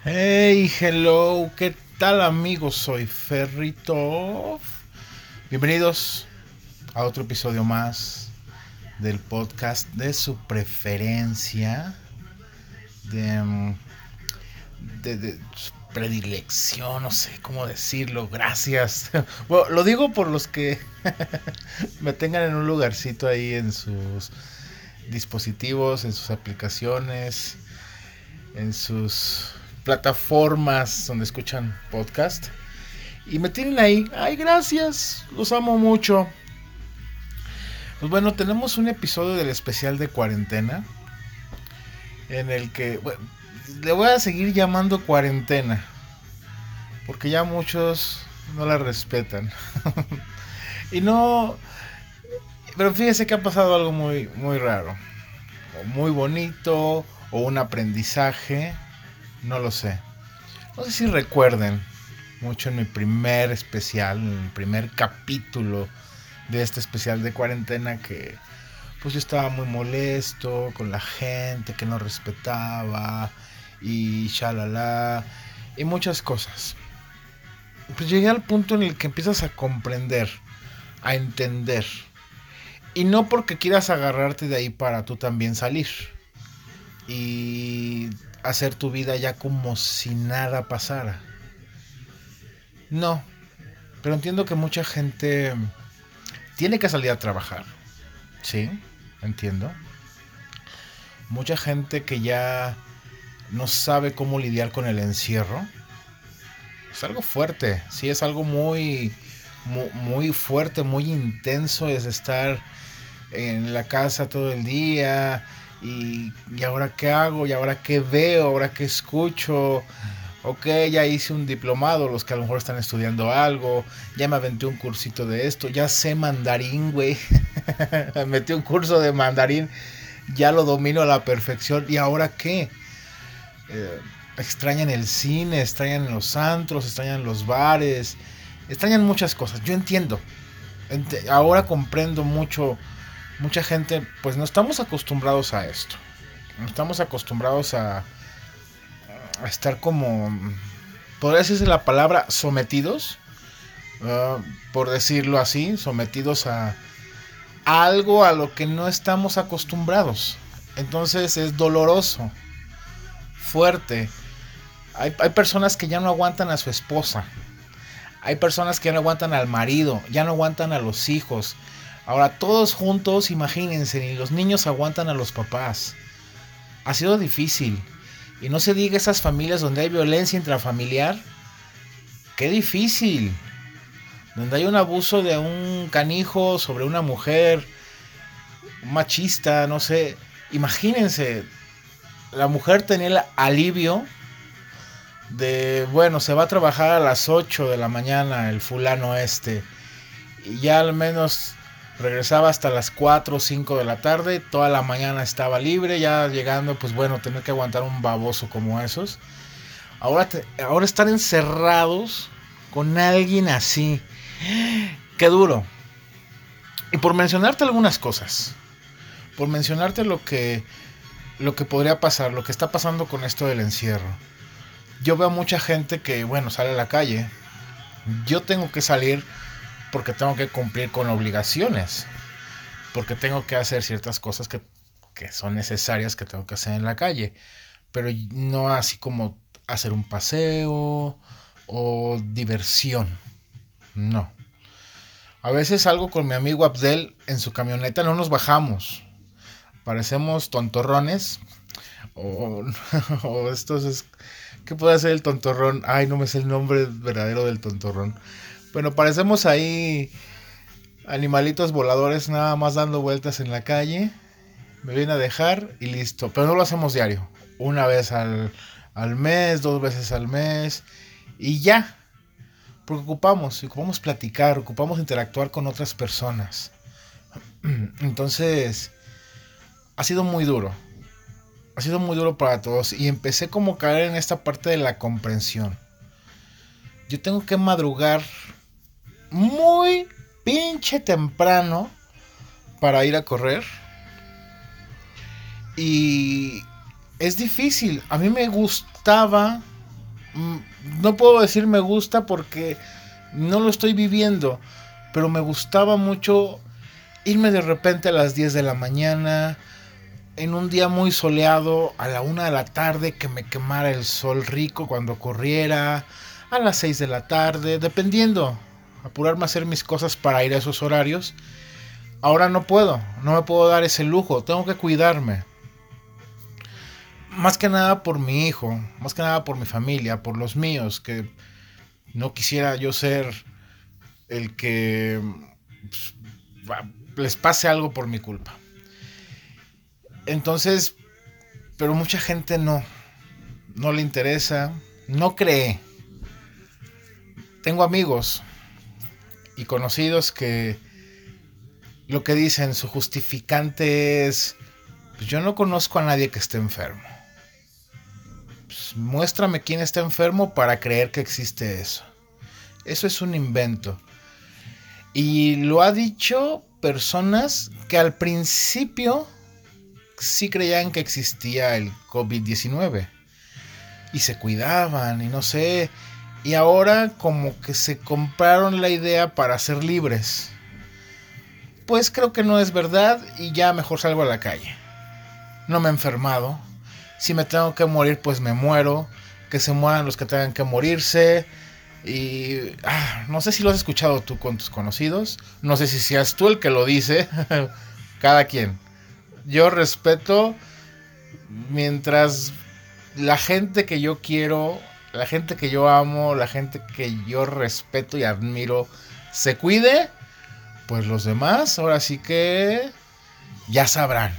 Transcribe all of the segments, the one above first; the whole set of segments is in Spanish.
Hey, hello, ¿qué tal amigos? Soy Ferrito. Bienvenidos a otro episodio más del podcast de su preferencia, de, de su predilección, no sé cómo decirlo, gracias. Bueno, lo digo por los que me tengan en un lugarcito ahí en sus dispositivos, en sus aplicaciones, en sus plataformas donde escuchan podcast. Y me tienen ahí. Ay, gracias. Los amo mucho. Pues bueno, tenemos un episodio del especial de cuarentena. En el que bueno, le voy a seguir llamando cuarentena. Porque ya muchos no la respetan. Y no. Pero fíjese que ha pasado algo muy raro. O muy bonito. O un aprendizaje. No lo sé. No sé si recuerden mucho en mi primer especial, en el primer capítulo de este especial de cuarentena, que pues yo estaba muy molesto con la gente que no respetaba y shalala y muchas cosas. Pues llegué al punto en el que empiezas a comprender, a entender, y no porque quieras agarrarte de ahí para tú también salir y hacer tu vida ya como si nada pasara. No, pero entiendo que mucha gente tiene que salir a trabajar. Sí, entiendo. Mucha gente que ya no sabe cómo lidiar con el encierro. Es algo fuerte, sí, es algo muy fuerte, muy intenso. Es estar en la casa todo el día. ¿Y ahora qué hago? ¿Y ahora qué veo? ¿Ahora qué escucho? Ok, ya hice un diplomado, los que a lo mejor están estudiando algo, ya me aventé un cursito de esto, ya sé mandarín, güey. Metí un curso de mandarín, ya lo domino a la perfección. ¿Y ahora qué? Extrañan el cine, extrañan los antros, extrañan los bares, extrañan muchas cosas. Yo entiendo. Ahora comprendo mucho. Mucha gente, pues no estamos acostumbrados a esto. No estamos acostumbrados a estar como, podría decirse la palabra, sometidos, por decirlo así, sometidos a algo a lo que no estamos acostumbrados. Entonces es doloroso, fuerte. Hay personas que ya no aguantan a su esposa. Hay personas que ya no aguantan al marido, ya no aguantan a los hijos. Ahora todos juntos, imagínense, ni los niños aguantan a los papás. Ha sido difícil. Y no se diga esas familias donde hay violencia intrafamiliar. Qué difícil. Donde hay un abuso de un canijo sobre una mujer, un machista, no sé. Imagínense, la mujer tenía el alivio de, bueno, se va a trabajar a las 8 de la mañana el fulano este. Y ya al menos regresaba hasta las 4 o 5 de la tarde. Toda la mañana estaba libre. Ya llegando, pues bueno, tener que aguantar un baboso como esos. Ahora están encerrados con alguien así. Qué duro. Y por mencionarte algunas cosas. Por mencionarte lo que podría pasar. Lo que está pasando con esto del encierro. Yo veo mucha gente que, bueno, sale a la calle. Yo tengo que salir porque tengo que cumplir con obligaciones. Porque tengo que hacer ciertas cosas que son necesarias que tengo que hacer en la calle. Pero no así como hacer un paseo o diversión. No. A veces salgo con mi amigo Abdel en su camioneta, no nos bajamos. Parecemos tontorrones. O, o estos es... ¿Qué puede hacer el tontorrón? Ay, no me sé el nombre verdadero del tontorrón. Bueno, parecemos ahí animalitos voladores nada más dando vueltas en la calle. Me viene a dejar y listo. Pero no lo hacemos diario. Una vez al mes, 2 veces al mes. Y ya. Porque ocupamos platicar, ocupamos interactuar con otras personas. Entonces, ha sido muy duro. Ha sido muy duro para todos. Y empecé como a caer en esta parte de la comprensión. Yo tengo que madrugar muy pinche temprano para ir a correr. Y es difícil. A mí me gustaba no puedo decir me gusta porque no lo estoy viviendo, pero me gustaba mucho irme de repente a las 10 de la mañana, en un día muy soleado, a la 1 de la tarde, que me quemara el sol rico cuando corriera, a las 6 de la tarde, dependiendo, apurarme a hacer mis cosas para ir a esos horarios. Ahora no me puedo dar ese lujo, tengo que cuidarme. Más que nada por mi hijo, más que nada por mi familia, por los míos, que no quisiera yo ser el que les pase algo por mi culpa. Entonces, pero mucha gente no le interesa, no cree. Tengo amigos y conocidos que lo que dicen, su justificante es, pues yo no conozco a nadie que esté enfermo. Pues muéstrame quién está enfermo para creer que existe eso. Eso es un invento. Y lo ha dicho personas que al principio sí creían que existía el COVID-19 y se cuidaban y no sé, y ahora como que se compraron la idea para ser libres. Pues creo que no es verdad y ya mejor salgo a la calle. No me he enfermado. Si me tengo que morir, pues me muero. Que se mueran los que tengan que morirse. Y no sé si lo has escuchado tú con tus conocidos. No sé si seas tú el que lo dice. Cada quien. Yo respeto mientras la gente que yo quiero, la gente que yo amo, la gente que yo respeto y admiro se cuide, pues los demás ahora sí que ya sabrán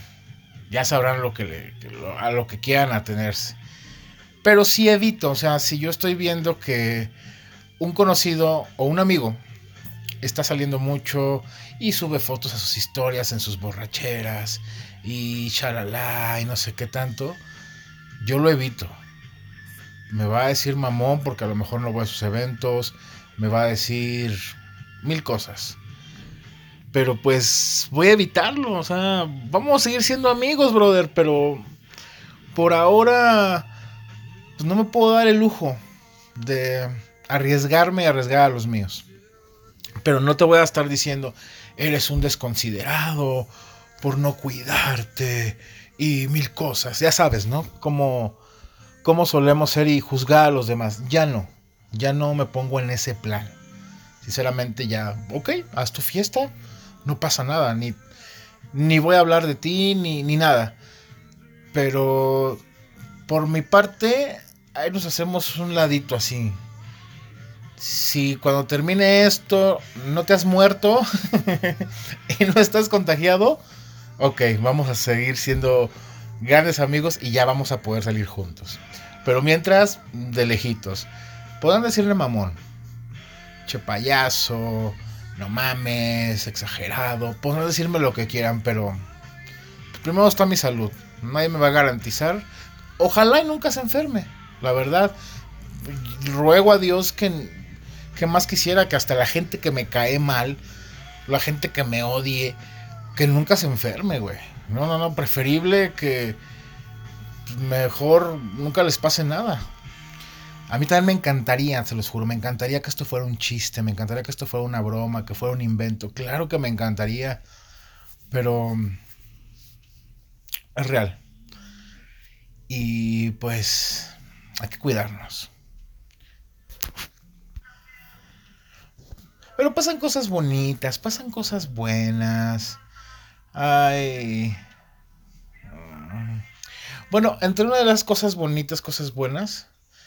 a lo que quieran atenerse. Pero sí evito, o sea, si yo estoy viendo que un conocido o un amigo está saliendo mucho y sube fotos a sus historias en sus borracheras y chalala y no sé qué tanto, yo lo evito. Me va a decir mamón porque a lo mejor no voy a sus eventos, me va a decir 1000 cosas. Pero pues voy a evitarlo, o sea, vamos a seguir siendo amigos, brother, pero por ahora pues no me puedo dar el lujo de arriesgarme y arriesgar a los míos. Pero no te voy a estar diciendo, eres un desconsiderado por no cuidarte y 1000 cosas. Ya sabes, ¿no? Cómo solemos ser y juzgar a los demás. Ya no me pongo en ese plan. Sinceramente ya, ok, haz tu fiesta, no pasa nada, ni voy a hablar de ti, ni nada. Pero por mi parte, ahí nos hacemos un ladito así. Si cuando termine esto no te has muerto y no estás contagiado, ok, vamos a seguir siendo grandes amigos y ya vamos a poder salir juntos. Pero mientras, de lejitos. Podrán decirle mamón, che payaso, no mames, exagerado. Podrán decirme lo que quieran, pero primero está mi salud. Nadie me va a garantizar. Ojalá y nunca se enferme, la verdad. Ruego a Dios que más quisiera que hasta la gente que me cae mal, la gente que me odie, que nunca se enferme, güey. No, preferible que mejor nunca les pase nada. A mí también me encantaría, se los juro, me encantaría que esto fuera un chiste, me encantaría que esto fuera una broma, que fuera un invento. Claro que me encantaría, pero es real. Y pues hay que cuidarnos. Pero pasan cosas bonitas, pasan cosas buenas. Ay. Bueno, entre una de las cosas bonitas, cosas buenas,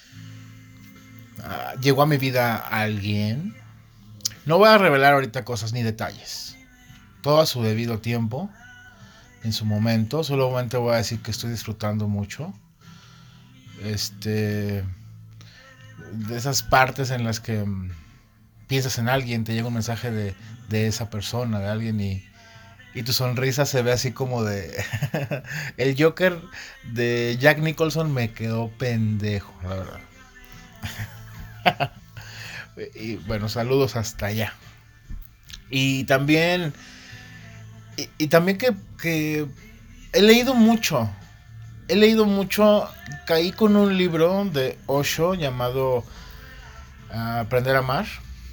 llegó a mi vida alguien. No voy a revelar ahorita cosas ni detalles. Todo a su debido tiempo, en su momento. Solamente voy a decir que estoy disfrutando mucho. De esas partes en las que piensas en alguien, te llega un mensaje de esa persona, de alguien y tu sonrisa se ve así como de... El Joker de Jack Nicholson me quedó pendejo, la verdad. Y bueno, saludos hasta allá. Y también... Y también que he leído mucho. he leído mucho, caí con un libro de Osho llamado Aprender a Amar.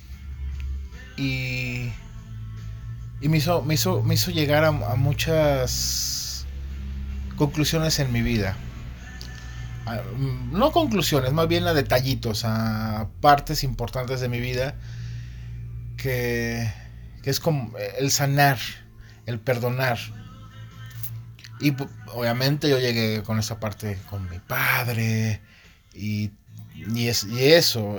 Y me hizo llegar a muchas conclusiones en mi vida. No conclusiones, más bien a detallitos, a partes importantes de mi vida que es como el sanar, el perdonar. Y obviamente yo llegué con esa parte con mi padre y eso.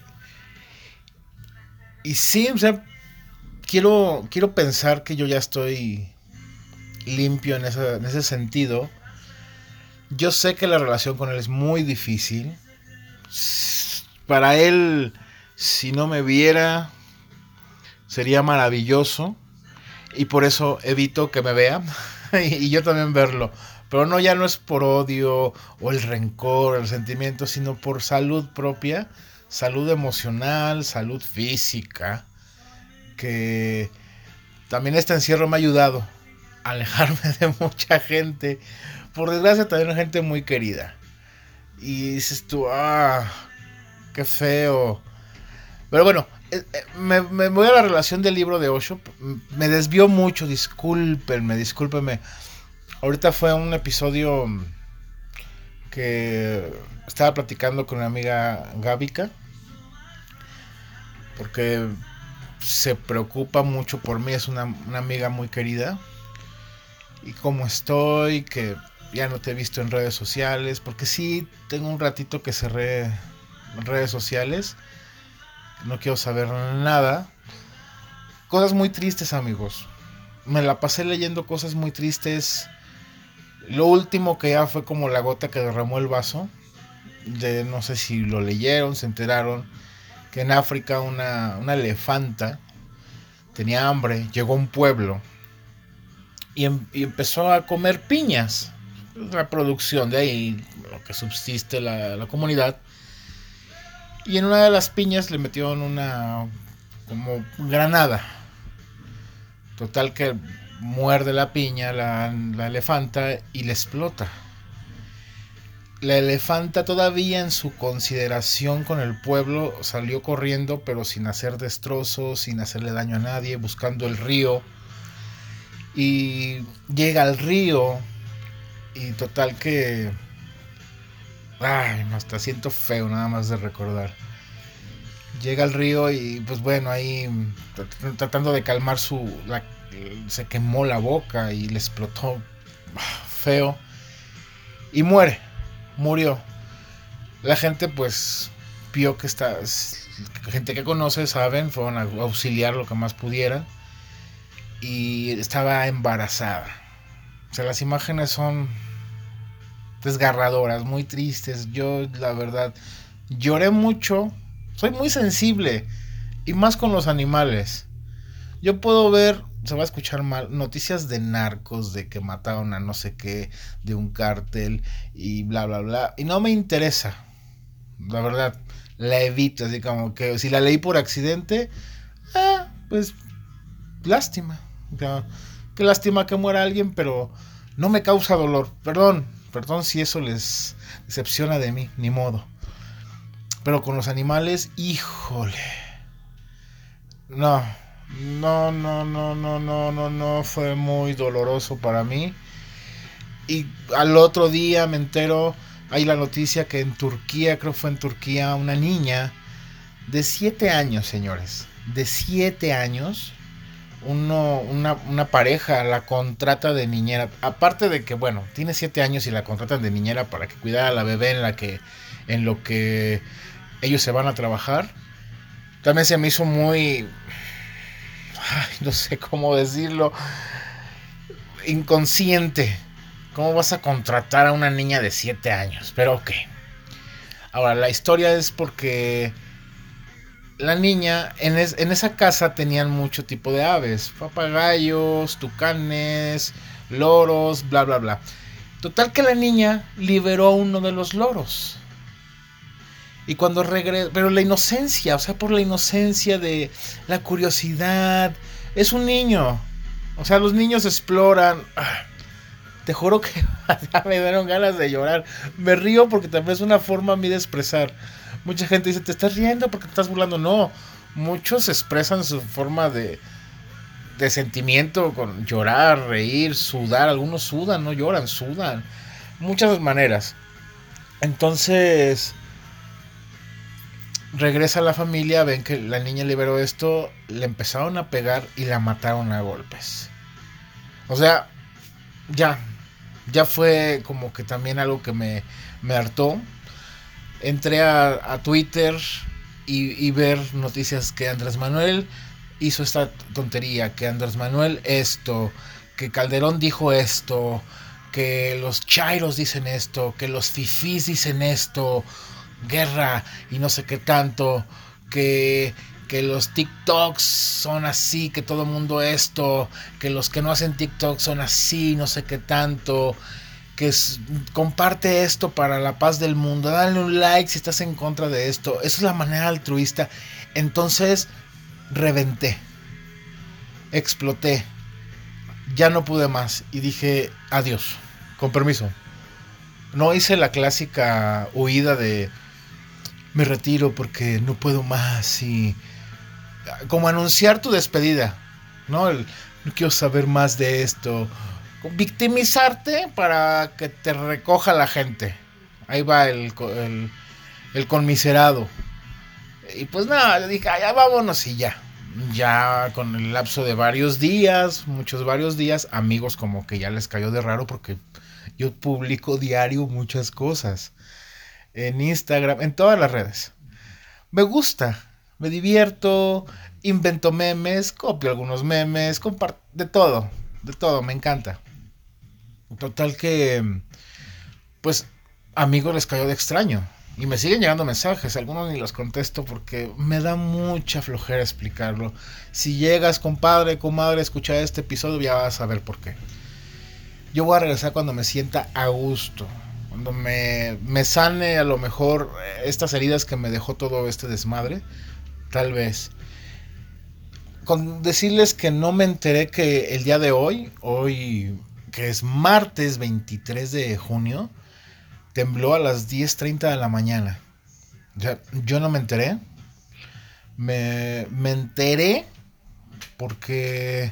Y sí, o sea, quiero pensar que yo ya estoy limpio en ese sentido. Yo sé que la relación con él es muy difícil. Para él, si no me viera, sería maravilloso. Y por eso evito que me vea. Y yo también verlo. Pero no, ya no es por odio o el rencor, el sentimiento, sino por salud propia, salud emocional, salud física. Que también este encierro me ha ayudado a alejarme de mucha gente. Por desgracia también hay gente muy querida. Y dices tú, qué feo. Pero bueno, me voy a la relación del libro de Osho. Me desvió mucho, discúlpenme. Ahorita fue un episodio que estaba platicando con mi amiga Gabica. Porque se preocupa mucho por mí, es una amiga muy querida. Y cómo estoy, que ya no te he visto en redes sociales, porque sí, tengo un ratito que cerré redes sociales, no quiero saber nada. Cosas muy tristes, amigos. Me la pasé leyendo cosas muy tristes. Lo último que ya fue como la gota que derramó el vaso. No sé si lo leyeron, se enteraron que en África una elefanta tenía hambre, llegó a un pueblo y empezó a comer piñas. La producción de ahí, lo que subsiste la comunidad. Y en una de las piñas le metieron una como granada. Total que muerde la piña la elefanta y le explota. La elefanta, todavía en su consideración con el pueblo, salió corriendo, pero sin hacer destrozos, sin hacerle daño a nadie, buscando el río. Y llega al río y total que... hasta siento feo nada más de recordar. Llega al río y pues bueno, ahí tratando de calmar se quemó la boca y le explotó feo. Y murió. La gente pues vio que gente que conoce, saben, fueron a auxiliar lo que más pudieran. Y estaba embarazada. O sea, las imágenes son desgarradoras, muy tristes. Yo, la verdad, lloré mucho. Soy muy sensible. Y más con los animales. Yo puedo ver, se va a escuchar mal, noticias de narcos, de que mataron a no sé qué, de un cártel y bla, bla, bla. Y no me interesa. La verdad, la evito. Así como que si la leí por accidente, pues lástima. O sea, qué lástima que muera alguien, pero no me causa dolor. Perdón si eso les decepciona de mí, ni modo. Pero con los animales, híjole. No, fue muy doloroso para mí. Y al otro día me entero, hay la noticia que en Turquía, creo que fue en Turquía, una niña de 7 años, señores, de 7 años, una pareja la contrata de niñera. Aparte de que, bueno, tiene 7 años y la contratan de niñera para que cuidara a la bebé en lo que ellos se van a trabajar. También se me hizo muy... no sé cómo decirlo. Inconsciente. ¿Cómo vas a contratar a una niña de 7 años? Pero ok. Ahora, la historia es porque la niña, en esa casa tenían mucho tipo de aves. Papagayos, tucanes, loros, bla, bla, bla. Total que la niña liberó a uno de los loros. Y cuando regresó, pero la inocencia, o sea, por la inocencia de la curiosidad, es un niño. O sea, los niños exploran. te juro que ya me dieron ganas de llorar. Me río porque también es una forma a mí de expresar. Mucha gente dice, te estás riendo porque te estás burlando. No, muchos expresan su forma de sentimiento con llorar, reír, sudar. Algunos sudan, no lloran, sudan. Muchas maneras. Entonces, regresa a la familia, ven que la niña liberó esto, le empezaron a pegar y la mataron a golpes. O sea, ya, ya fue como que también algo que me hartó. Entré a Twitter y ver noticias que Andrés Manuel hizo esta tontería, que Andrés Manuel esto, que Calderón dijo esto, que los chairos dicen esto, que los fifís dicen esto, guerra y no sé qué tanto, que los TikToks son así, que todo el mundo esto, que los que no hacen TikTok son así, no sé qué tanto, que comparte esto para la paz del mundo, dale un like si estás en contra de esto. Esa es la manera altruista. Entonces reventé, exploté, ya no pude más y dije adiós, con permiso. No hice la clásica huida de me retiro porque no puedo más y como anunciar tu despedida, ¿no? No quiero saber más de esto. Victimizarte para que te recoja la gente. Ahí va el conmiserado. Y pues nada, le dije, ya vámonos y ya. Ya con el lapso de varios días, varios días, amigos como que ya les cayó de raro porque yo publico diario muchas cosas. En Instagram, en todas las redes. Me gusta, me divierto, invento memes, copio algunos memes, comparto de todo, me encanta. Total que, pues, amigos les cayó de extraño. Y me siguen llegando mensajes, algunos ni los contesto porque me da mucha flojera explicarlo. Si llegas, compadre, comadre, a escuchar este episodio, ya vas a ver por qué. Yo voy a regresar cuando me sienta a gusto. Cuando me sane a lo mejor estas heridas que me dejó todo este desmadre. Tal vez. Con decirles que no me enteré que el día de hoy que es martes 23 de junio, tembló a las 10:30 de la mañana. O sea, yo no me enteré. Me enteré porque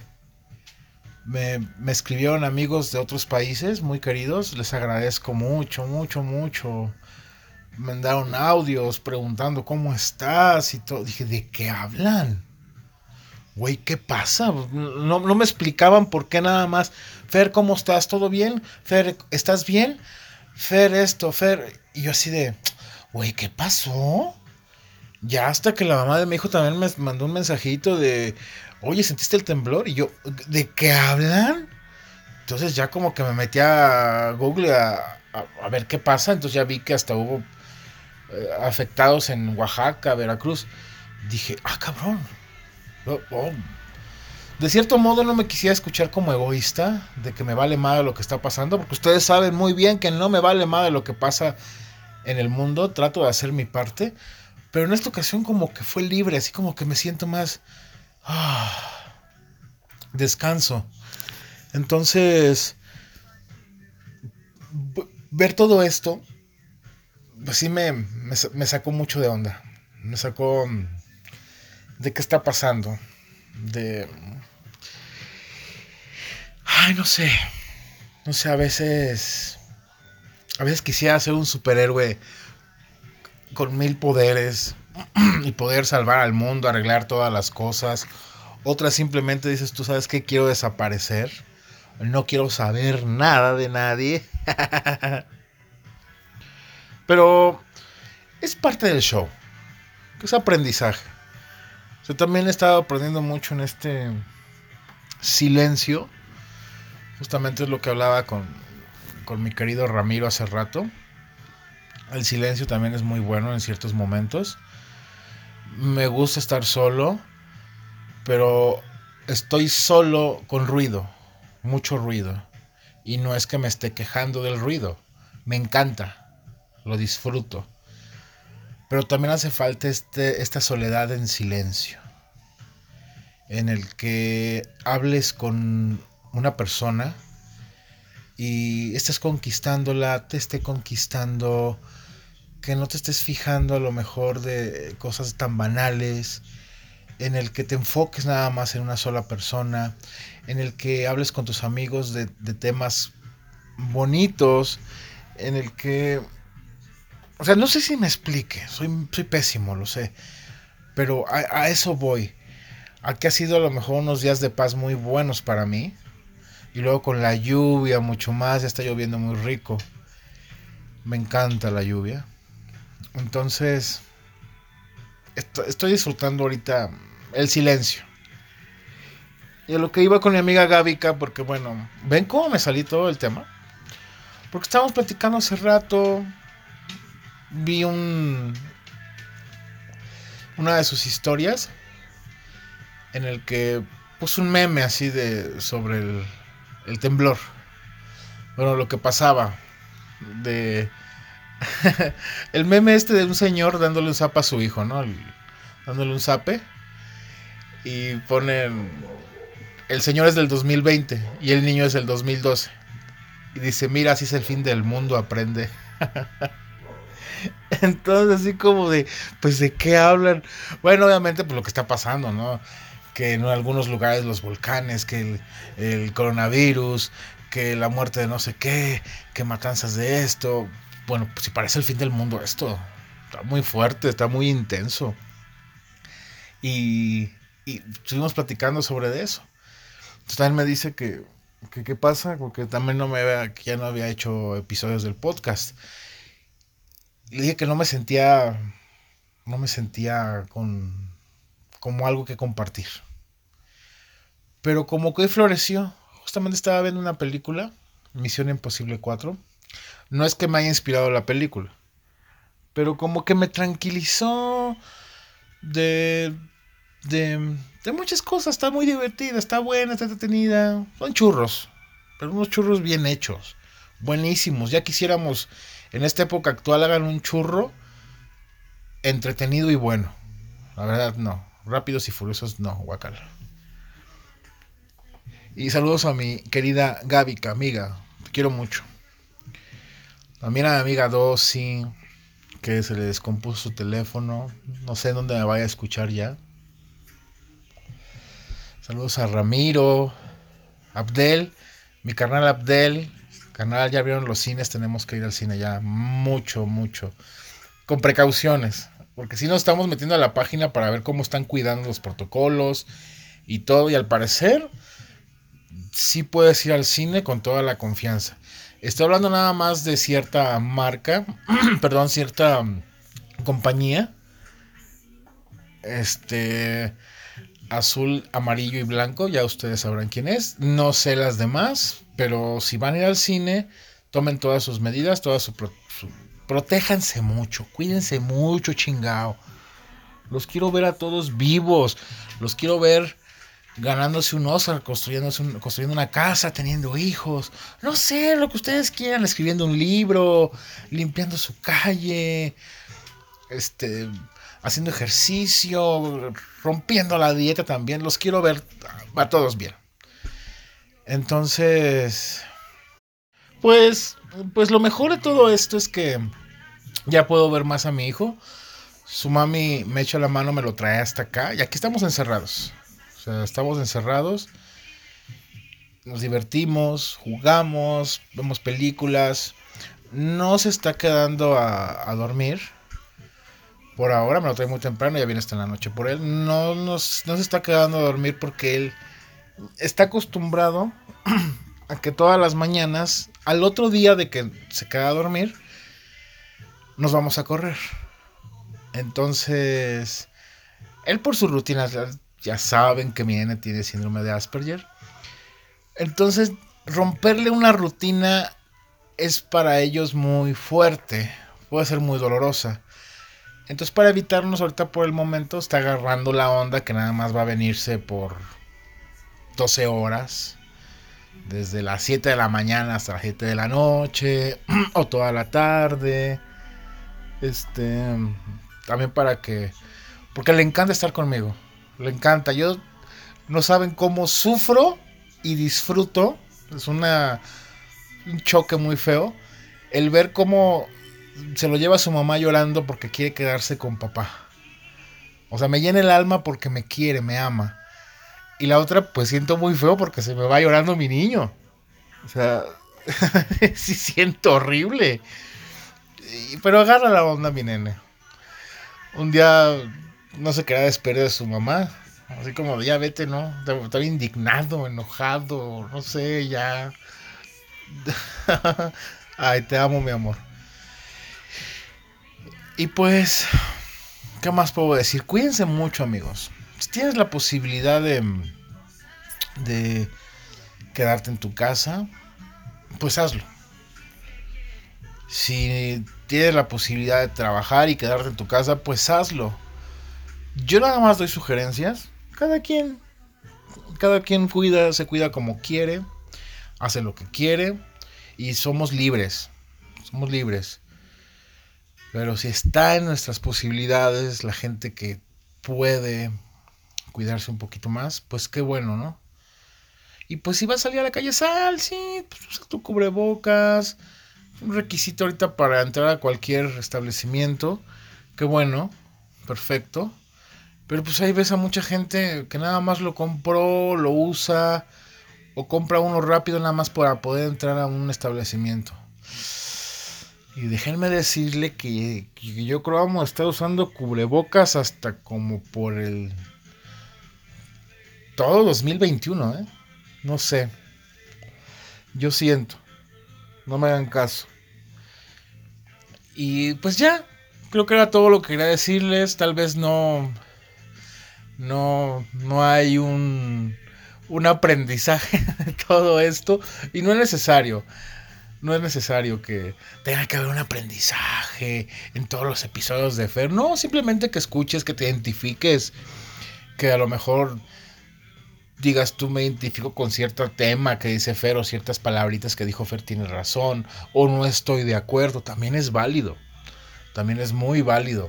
me escribieron amigos de otros países muy queridos. Les agradezco mucho, mucho, mucho. Me mandaron audios preguntando cómo estás y todo. Dije, ¿de qué hablan? Güey, ¿qué pasa? No me explicaban por qué nada más. Fer, ¿cómo estás? ¿Todo bien? Fer, ¿estás bien? Fer, esto, Fer. Y yo así de, güey, ¿qué pasó? Ya hasta que la mamá de mi hijo también me mandó un mensajito de, oye, ¿sentiste el temblor? Y yo, ¿de qué hablan? Entonces ya como que me metí a Google a ver qué pasa. Entonces ya vi que hasta hubo afectados en Oaxaca, Veracruz. Dije, ah, cabrón. Oh, oh. De cierto modo no me quisiera escuchar como egoísta, de que me vale madre lo que está pasando, porque ustedes saben muy bien que no me vale madre lo que pasa en el mundo, trato de hacer mi parte, pero en esta ocasión como que fue libre, así como que me siento más descanso. Entonces, ver todo esto, pues sí me sacó mucho de onda, me sacó de qué está pasando, de... Ay, no sé, a veces quisiera ser un superhéroe con 1000 poderes y poder salvar al mundo, arreglar todas las cosas. Otras simplemente dices, tú sabes que quiero desaparecer, no quiero saber nada de nadie. Pero es parte del show, que es aprendizaje. Yo también he estado aprendiendo mucho en este silencio. Justamente es lo que hablaba con mi querido Ramiro hace rato. El silencio también es muy bueno en ciertos momentos. Me gusta estar solo, pero estoy solo con ruido, mucho ruido. Y no es que me esté quejando del ruido, me encanta, lo disfruto. Pero también hace falta esta soledad en silencio, en el que hables con una persona y estés conquistándola, te esté conquistando, que no te estés fijando a lo mejor de cosas tan banales, en el que te enfoques nada más en una sola persona, en el que hables con tus amigos de temas bonitos, en el que... O sea, no sé si me explique, soy pésimo, lo sé, pero a eso voy, a que ha sido a lo mejor unos días de paz muy buenos para mí, y luego con la lluvia mucho más, ya está lloviendo muy rico, me encanta la lluvia, entonces estoy disfrutando ahorita el silencio. Y a lo que iba con mi amiga Gavica, porque bueno, ¿ven cómo me salí todo el tema? Porque estábamos platicando hace rato, vi una de sus historias en el que puso un meme así de sobre el temblor. Bueno, lo que pasaba de el meme este de un señor dándole un zape a su hijo, ¿no? Dándole un zape y ponen el señor es del 2020 y el niño es del 2012 y dice, mira, así es el fin del mundo, aprende. Entonces así como de, pues de qué hablan. Bueno, obviamente pues lo que está pasando, ¿no? Que en algunos lugares los volcanes, que el coronavirus, que la muerte de no sé qué, que matanzas de esto. Bueno, pues si parece el fin del mundo esto. Está muy fuerte, está muy intenso. Y estuvimos platicando sobre eso. Entonces también me dice que qué pasa, porque también que ya no había hecho episodios del podcast. Le dije que no me sentía como algo que compartir. Pero como que hoy floreció. Justamente estaba viendo una película, Misión Imposible 4. No es que me haya inspirado la película, pero como que me tranquilizó de, de muchas cosas. Está muy divertida, está buena, está entretenida. Son churros, pero unos churros bien hechos, buenísimos. Ya quisiéramos en esta época actual hagan un churro entretenido y bueno. La verdad no, Rápidos y Furiosos no, guacala. Y saludos a mi querida Gavica, amiga. Te quiero mucho. También a mi amiga Dossi, que se le descompuso su teléfono. No sé dónde me vaya a escuchar ya. Saludos a Ramiro, Abdel, mi carnal Abdel. Carnal, ya vieron los cines, tenemos que ir al cine ya. Mucho, mucho. Con precauciones. Porque si nos estamos metiendo a la página para ver cómo están cuidando los protocolos y todo. Y al parecer sí puedes ir al cine con toda la confianza. Estoy hablando nada más de cierta marca, perdón, cierta compañía, azul, amarillo y blanco, ya ustedes sabrán quién es. No sé las demás, pero si van a ir al cine, tomen todas sus medidas, protéjanse mucho, cuídense mucho, chingao. Los quiero ver a todos vivos, los quiero ver ganándose un Oscar, construyendo una casa, teniendo hijos, no sé, lo que ustedes quieran, escribiendo un libro, limpiando su calle, haciendo ejercicio, rompiendo la dieta también. Los quiero ver a todos bien. Entonces, pues lo mejor de todo esto es que ya puedo ver más a mi hijo. Su mami me echa la mano, me lo trae hasta acá y aquí estamos encerrados. O sea, estamos encerrados, nos divertimos, jugamos, vemos películas. No se está quedando a dormir. Por ahora me lo trae muy temprano, ya viene hasta en la noche por él. No se está quedando a dormir porque él está acostumbrado a que todas las mañanas, al otro día de que se queda a dormir, nos vamos a correr. Entonces, él por sus rutinas, ya saben que mi nene tiene síndrome de Asperger. Entonces, romperle una rutina es para ellos muy fuerte. Puede ser muy dolorosa. Entonces, para evitarnos ahorita por el momento, está agarrando la onda que nada más va a venirse por 12 horas. Desde las 7 de la mañana hasta las 7 de la noche. O toda la tarde. También para que... Porque le encanta estar conmigo. Le encanta. Yo no saben cómo sufro y disfruto. Es una un choque muy feo el ver cómo se lo lleva a su mamá llorando porque quiere quedarse con papá. O sea, me llena el alma porque me quiere, me ama. Y la otra, pues siento muy feo porque se me va llorando mi niño. O sea, sí siento horrible. Pero agarra la onda mi nene. Un día no se quería despedir de su mamá. Así como, ya vete, ¿no? Estaba indignado, enojado, no sé, ya. Ay, te amo, mi amor. Y pues, ¿qué más puedo decir? Cuídense mucho, amigos. Si tienes la posibilidad de quedarte en tu casa, pues hazlo. Si tienes la posibilidad de trabajar y quedarte en tu casa, pues hazlo. Yo nada más doy sugerencias. Cada quien se cuida como quiere, hace lo que quiere y somos libres. Somos libres. Pero si está en nuestras posibilidades, la gente que puede cuidarse un poquito más, pues qué bueno, ¿no? Y pues si vas a salir a la calle, sal, sí, pues usa tu cubrebocas. Un requisito ahorita para entrar a cualquier establecimiento. Qué bueno, perfecto. Pero pues ahí ves a mucha gente que nada más lo compró, lo usa, o compra uno rápido nada más para poder entrar a un establecimiento. Y déjenme decirle que yo creo que vamos a estar usando cubrebocas hasta como por el todo 2021, ¿eh? No sé. Yo siento. No me hagan caso. Y pues ya. Creo que era todo lo que quería decirles. Tal vez no hay un aprendizaje de todo esto. Y no es necesario. No es necesario que tenga que haber un aprendizaje en todos los episodios de Fer. No, simplemente que escuches, que te identifiques. Que a lo mejor digas tú me identifico con cierto tema que dice Fer o ciertas palabritas que dijo Fer tiene razón. O no estoy de acuerdo. También es válido. También es muy válido.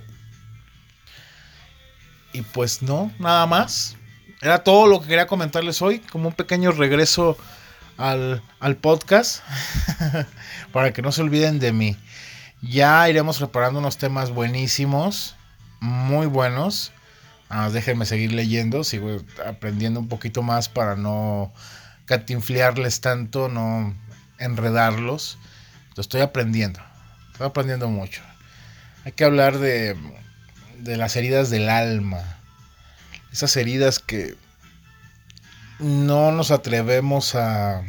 Y pues no, nada más. Era todo lo que quería comentarles hoy. Como un pequeño regreso al podcast. Para que no se olviden de mí. Ya iremos preparando unos temas buenísimos. Muy buenos. Déjenme seguir leyendo. Sigo aprendiendo un poquito más para no catinflearles tanto. No enredarlos. Lo estoy aprendiendo. Estoy aprendiendo mucho. Hay que hablar de las heridas del alma. Esas heridas que no nos atrevemos a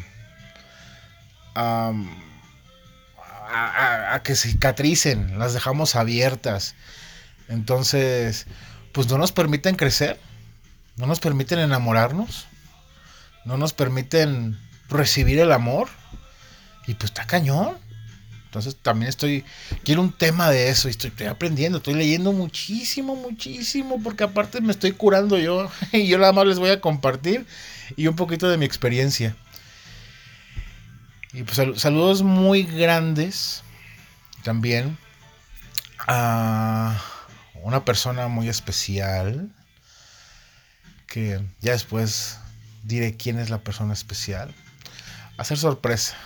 que cicatricen, las dejamos abiertas. Entonces, pues no nos permiten crecer, no nos permiten enamorarnos, no nos permiten recibir el amor. Y pues está cañón. Entonces también quiero un tema de eso y estoy aprendiendo, estoy leyendo muchísimo, porque aparte me estoy curando yo y yo nada más les voy a compartir y un poquito de mi experiencia. Y pues saludos muy grandes también a una persona muy especial que ya después diré quién es la persona especial. Va a ser sorpresa.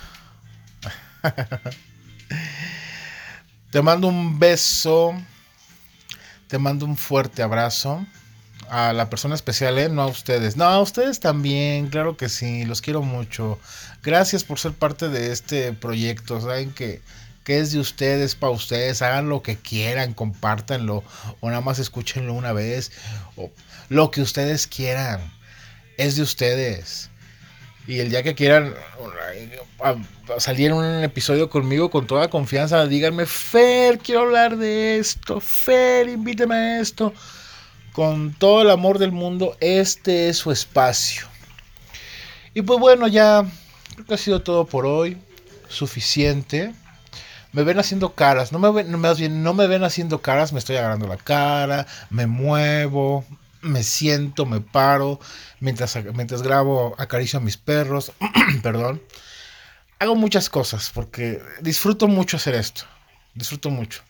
Te mando un beso. Te mando un fuerte abrazo. A la persona especial, no a ustedes. No, a ustedes también, claro que sí. Los quiero mucho. Gracias por ser parte de este proyecto. Saben que es de ustedes, para ustedes. Hagan lo que quieran, compártanlo. O nada más escúchenlo una vez. O lo que ustedes quieran. Es de ustedes. Y el día que quieran salir en un episodio conmigo con toda confianza, díganme, Fer, quiero hablar de esto. Fer, invíteme a esto. Con todo el amor del mundo, este es su espacio. Y pues bueno, ya creo que ha sido todo por hoy. Suficiente. Me ven haciendo caras. No me ven haciendo caras. Me estoy agarrando la cara. Me muevo. Me siento, me paro. Mientras grabo, acaricio a mis perros. Perdón. Hago muchas cosas porque disfruto mucho hacer esto. Disfruto mucho.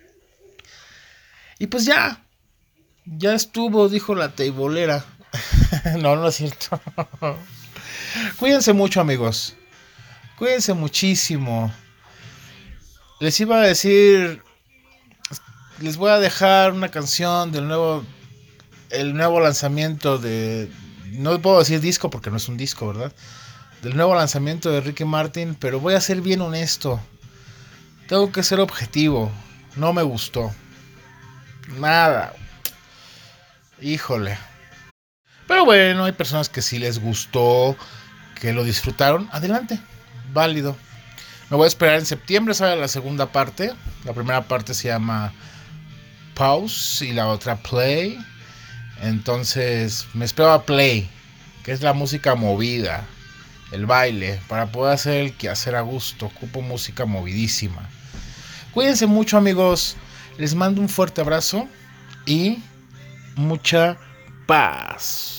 Y pues ya estuvo, dijo la teibolera. No es cierto. Cuídense mucho, amigos. Cuídense muchísimo. Les iba a decir, les voy a dejar una canción el nuevo lanzamiento de, no puedo decir disco porque no es un disco, ¿verdad? Del nuevo lanzamiento de Ricky Martin, pero voy a ser bien honesto. Tengo que ser objetivo. No me gustó. Nada. Híjole. Pero bueno, hay personas que sí les gustó, que lo disfrutaron. Adelante. Válido. Me voy a esperar en septiembre, sale la segunda parte. La primera parte se llama Pause y la otra Play. Entonces me espero a Play, que es la música movida, el baile, para poder hacer el quehacer a gusto. Ocupo música movidísima. Cuídense mucho, amigos. Les mando un fuerte abrazo y mucha paz.